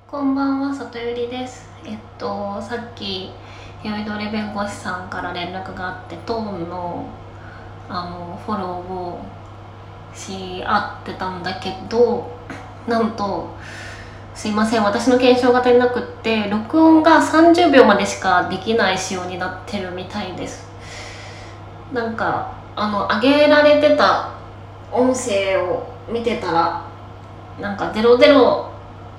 こんばんは、里ゆりです。さっき酔いどれ弁護士さんから連絡があって、トーンのフォローをし合ってたんだけど、なんとすいません、私の検証が足りなくって、録音が30秒までしかできない仕様になってるみたいです。なんか上げられてた音声を見てたら、なんか00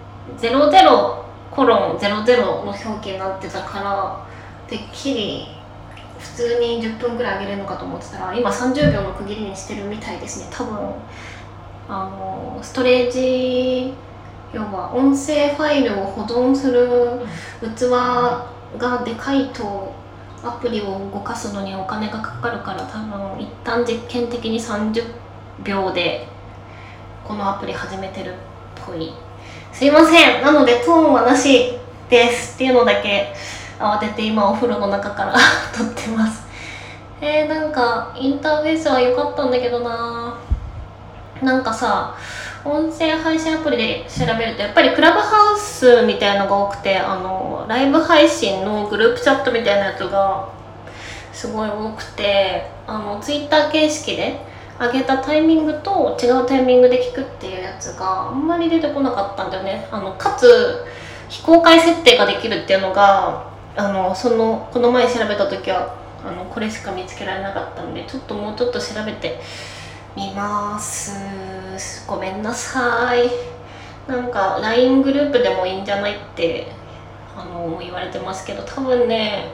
コロン00の表記になってたから、てっきり普通に10分くらい上げれるのかと思ってたら、今30秒の区切りにしてるみたいですね。多分ストレージ、要は音声ファイルを保存する器がでかいとアプリを動かすのにお金がかかるから、多分一旦実験的に30秒でこのアプリ始めてるっぽい。すいません、なのでトーンはなしですっていうのだけ慌てて今お風呂の中から撮ってます。なんかインターフェースは良かったんだけどな。なんかさ、音声配信アプリで調べるとやっぱりクラブハウスみたいなのが多くて、ライブ配信のグループチャットみたいなやつがすごい多くて、ツイッター形式で上げたタイミングと違うタイミングで聞くっていうやつがあんまり出てこなかったんだよね。かつ非公開設定ができるっていうのがこの前調べた時はこれしか見つけられなかったんで、ちょっともうちょっと調べてみます。ごめんなさい。なんか LINE グループでもいいんじゃないって言われてますけど、多分ね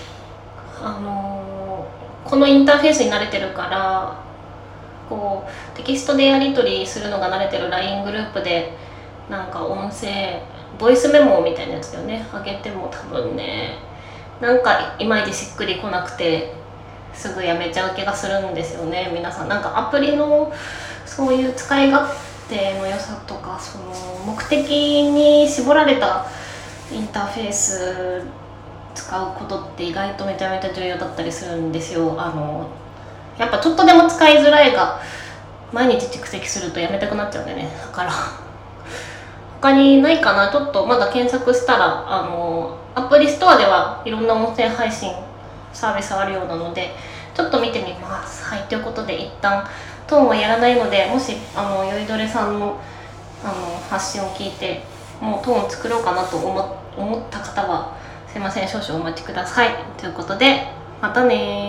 このインターフェースに慣れてるから、こうテキストでやり取りするのが慣れてる LINE グループでなんか音声ボイスメモみたいなやつだよね、上げても多分ね、なんかいまいちしっくりこなくてすぐやめちゃう気がするんですよね。皆さんなんかアプリのそういう使い勝手の良さとか、その目的に絞られたインターフェース使うことって意外とめちゃめちゃ重要だったりするんですよ。やっぱちょっとでも使いづらいが毎日蓄積するとやめたくなっちゃうんだよね。だから他にないかな。ちょっとまだ検索したらアプリストアではいろんな音声配信サービスあるようなのでちょっと見てみます。はい、ということで一旦トーンはやらないので、もし酔いどれさんの発信を聞いてもうトーン作ろうかなと思った方はすいません、少々お待ちください。ということでまたね。